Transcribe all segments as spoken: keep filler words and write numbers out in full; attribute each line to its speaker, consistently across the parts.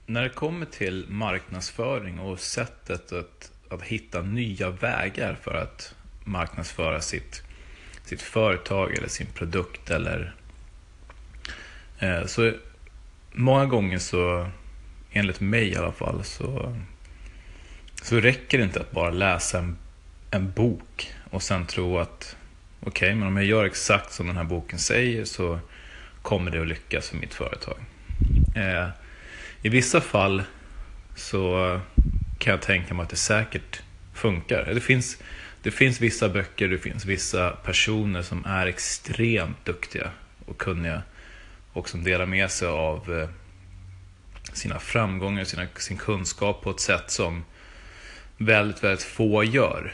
Speaker 1: När det kommer till marknadsföring och sättet att, att hitta nya vägar för att marknadsföra sitt, sitt företag eller sin produkt eller eh, så många gånger så, enligt mig i alla fall, så, så räcker det inte att bara läsa en, en bok och sen tro att okej, okay, men om jag gör exakt som den här boken säger så kommer det att lyckas för mitt företag. Eh, I vissa fall så kan jag tänka mig att det säkert funkar. Det finns, det finns vissa böcker, det finns vissa personer som är extremt duktiga och kunniga och som delar med sig av sina framgångar, sina, sin kunskap på ett sätt som väldigt, väldigt få gör.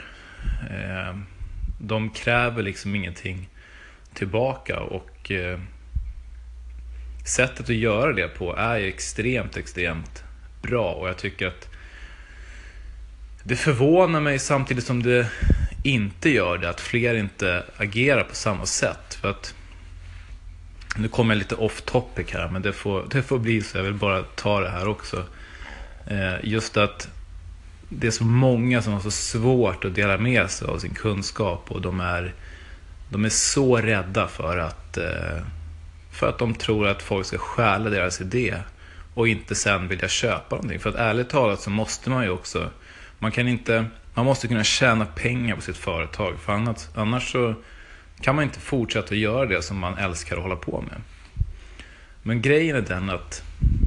Speaker 1: De kräver liksom ingenting tillbaka och sättet att göra det på är extremt, extremt bra. Och jag tycker att det förvånar mig samtidigt som det inte gör det, att fler inte agerar på samma sätt. För att nu kommer jag lite off topic här, men det får, det får bli så. Jag vill bara ta det här också. Just att det är så många som har så svårt att dela med sig av sin kunskap. Och de är, de är så rädda för att För att de tror att folk ska stjäla deras idé och inte sen vilja köpa någonting. För att ärligt talat så måste man ju också, man kan inte, man måste kunna tjäna pengar på sitt företag. För annars, annars så kan man inte fortsätta göra det som man älskar att hålla på med. Men grejen är den att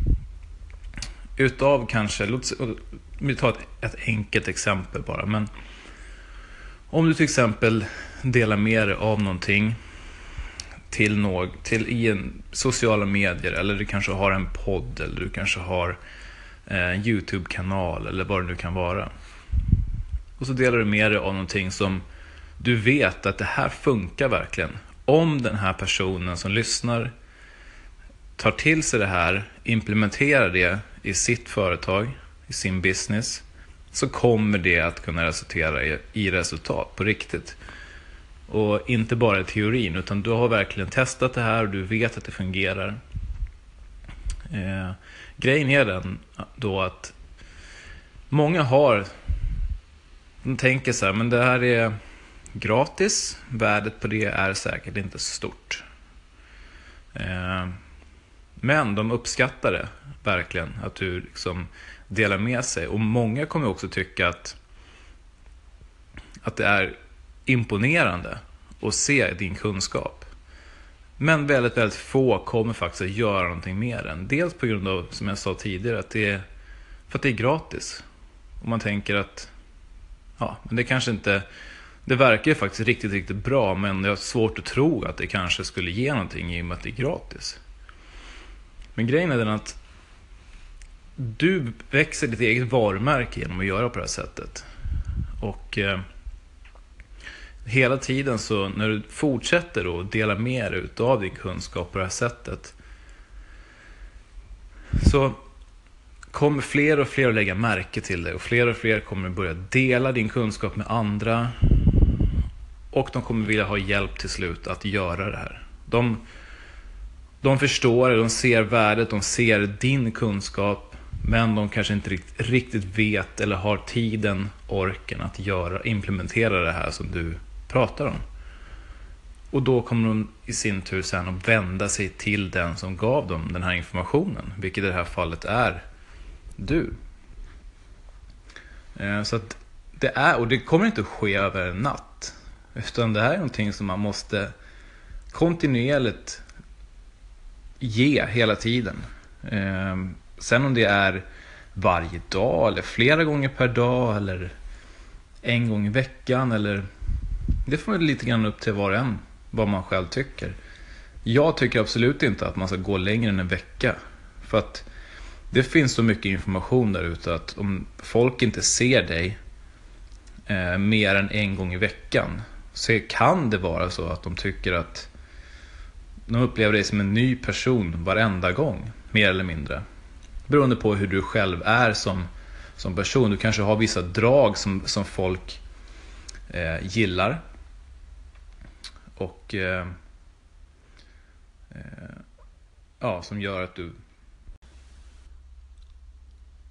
Speaker 1: utav kanske, låt vi ta ett, ett enkelt exempel bara. Men om du till exempel delar med dig av någonting till något, till i en sociala medier, eller du kanske har en podd, eller du kanske har en YouTube-kanal eller vad det nu kan vara. Och så delar du med dig av någonting som du vet att det här funkar verkligen. Om den här personen som lyssnar tar till sig det här, implementerar det i sitt företag, i sin business, så kommer det att kunna resultera i, i resultat på riktigt. Och inte bara i teorin, utan du har verkligen testat det här och du vet att det fungerar. Eh, grejen är den då att många har, de tänker så här, men det här är gratis, värdet på det är säkert inte så stort. Eh, men de uppskattar det verkligen, att du liksom delar med sig. Och många kommer också tycka att, att det är imponerande att se din kunskap. Men väldigt, väldigt få kommer faktiskt att göra någonting mer än. Dels på grund av, som jag sa tidigare, att det är, för att det är gratis. Och man tänker att ja, men det kanske inte, det verkar ju faktiskt riktigt, riktigt bra, men jag har svårt att tro att det kanske skulle ge någonting i och med att det är gratis. Men grejen är den att du växer ditt eget varumärke genom att göra på det här sättet. Och eh, hela tiden så när du fortsätter att dela mer ut av din kunskap på det här sättet, så kommer fler och fler att lägga märke till det. Och fler och fler kommer att börja dela din kunskap med andra. Och de kommer vilja ha hjälp till slut att göra det här. De, de förstår, de ser värdet, de ser din kunskap. Men de kanske inte riktigt, riktigt vet eller har tiden, orken att göra, implementera det här som du pratar om. Och då kommer de i sin tur sen att vända sig till den som gav dem den här informationen, vilket i det här fallet är du. Så att det är, och det kommer inte att ske över en natt, utan det här är någonting som man måste kontinuerligt ge hela tiden. Sen om det är varje dag eller flera gånger per dag eller en gång i veckan, eller det får man lite grann upp till var och en vad man själv tycker. Jag tycker absolut inte att man ska gå längre än en vecka, för att det finns så mycket information där ute att om folk inte ser dig eh, mer än en gång i veckan, så kan det vara så att de tycker att de upplever dig som en ny person varenda gång, mer eller mindre. Beroende på hur du själv är som, som person. Du kanske har vissa drag som, som folk eh, gillar. Och eh, eh, ja, som gör att du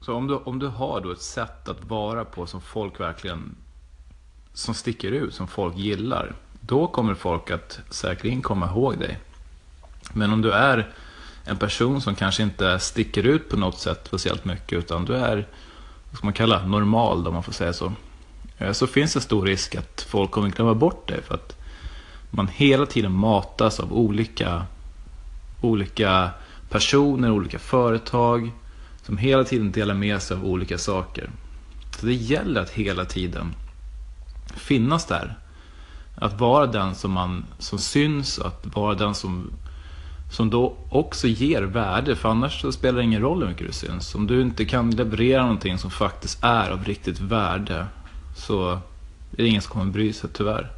Speaker 1: Så om du, om du har då ett sätt att vara på som folk verkligen, som sticker ut, som folk gillar, då kommer folk att säkerligen komma ihåg dig. Men om du är en person som kanske inte sticker ut på något sätt speciellt mycket, utan du är, vad ska man kalla, normal, om man får säga så, så finns det stor risk att folk kommer glömma bort dig, för att man hela tiden matas av olika olika personer, olika företag som hela tiden delar med sig av olika saker. Så det gäller att hela tiden finnas där, att vara den som man som syns, att vara den som som då också ger värde, för annars så spelar det ingen roll hur mycket du syns. Om du inte kan leverera någonting som faktiskt är av riktigt värde, så är det ingen som kommer bry sig, tyvärr.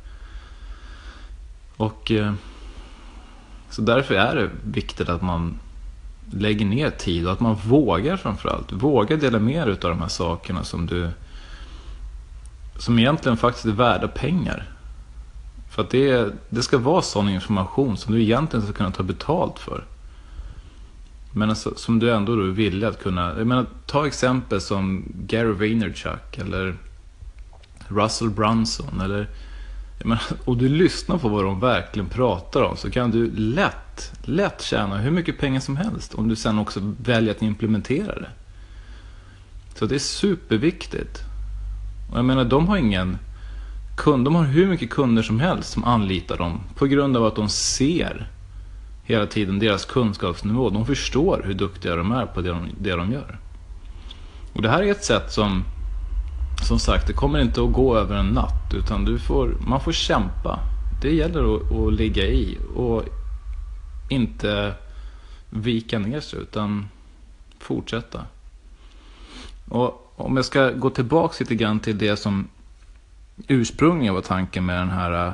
Speaker 1: Och eh, så därför är det viktigt att man lägger ner tid och att man vågar, framförallt vågar dela med dig av de här sakerna som du som egentligen faktiskt är värda pengar. För att det, det ska vara sån information som du egentligen ska kunna ta betalt för. Men alltså, som du ändå är villig att kunna... Jag menar, ta exempel som Gary Vaynerchuk eller Russell Brunson. Eller, jag menar, och du lyssnar på vad de verkligen pratar om, så kan du lätt, lätt tjäna hur mycket pengar som helst om du sen också väljer att implementera det. Så det är superviktigt. Och jag menar, de har ingen... Kund, de har hur mycket kunder som helst som anlitar dem på grund av att de ser hela tiden deras kunskapsnivå. De förstår hur duktiga de är på det de, det de gör. Och det här är ett sätt som, som sagt, det kommer inte att gå över en natt, utan du får, man får kämpa. Det gäller att, att ligga i och inte vika ner sig, utan fortsätta. Och om jag ska gå tillbaka lite grann till det som ursprungligen var tanken med den här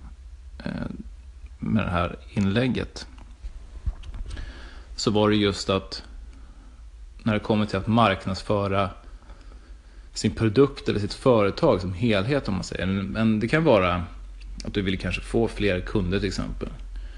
Speaker 1: med det här inlägget, så var det just att när det kommer till att marknadsföra sin produkt eller sitt företag som helhet, om man säger, men det kan vara att du vill kanske få fler kunder till exempel,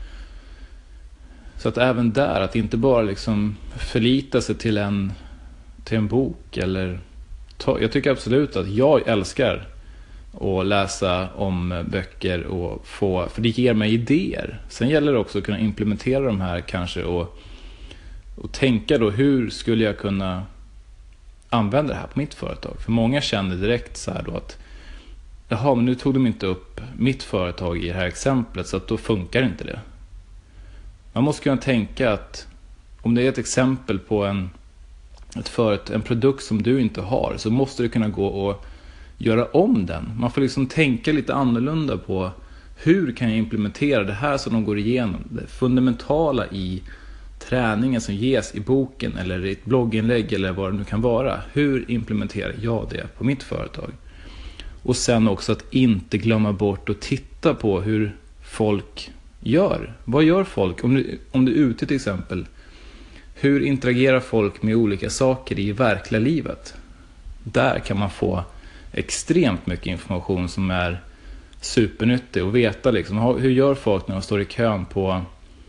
Speaker 1: så att även där, att inte bara liksom förlita sig till en till en bok eller ta, jag tycker absolut att jag älskar och läsa om böcker och få, för det ger mig idéer. Sen gäller det också att kunna implementera de här kanske och, och tänka då, hur skulle jag kunna använda det här på mitt företag? För många känner direkt så här då att jaha, men nu tog de inte upp mitt företag i det här exemplet, så att då funkar inte det. Man måste kunna tänka att om det är ett exempel på en, ett företag, en produkt som du inte har, så måste det kunna gå och göra om den. Man får liksom tänka lite annorlunda på hur kan jag implementera det här som de går igenom. Det fundamentala i träningen som ges i boken eller i ett blogginlägg eller vad det nu kan vara. Hur implementerar jag det på mitt företag? Och sen också att inte glömma bort att titta på hur folk gör. Vad gör folk? Om du, om du är ute till exempel, hur interagerar folk med olika saker i verkliga livet? Där kan man få extremt mycket information som är supernyttig och veta liksom, hur gör folk när de står i kön på,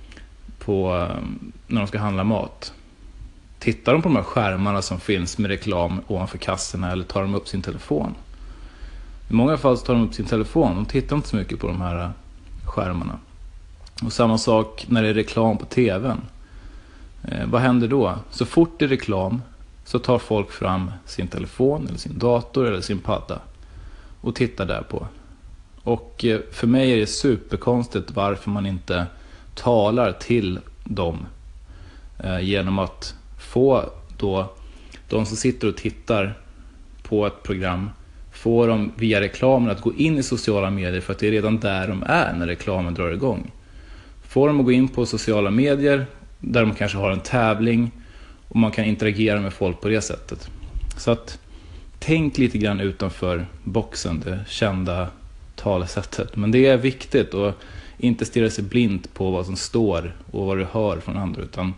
Speaker 1: på när de ska handla mat. Tittar de på de här skärmarna som finns med reklam ovanför kassorna, eller tar de upp sin telefon? I många fall så tar de upp sin telefon, de tittar inte så mycket på de här skärmarna. Och samma sak när det är reklam på tvn. Eh, vad händer då? Så fort det är reklam så tar folk fram sin telefon eller sin dator eller sin padda och tittar där på. Och eh, för mig är det superkonstigt varför man inte talar till dem eh, genom att få då de som sitter och tittar på ett program, få dem via reklamen att gå in i sociala medier, för att det är redan där de är när reklamen drar igång. Få dem att gå in på sociala medier där de kanske har en tävling och man kan interagera med folk på det sättet. Så att tänk lite grann utanför boxen, det kända talesättet. Men det är viktigt att inte stirra sig blint på vad som står och vad du hör från andra, utan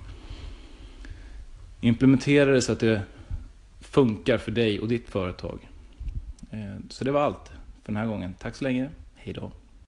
Speaker 1: implementera det så att det funkar för dig och ditt företag. Så det var allt för den här gången. Tack så länge. Hej då.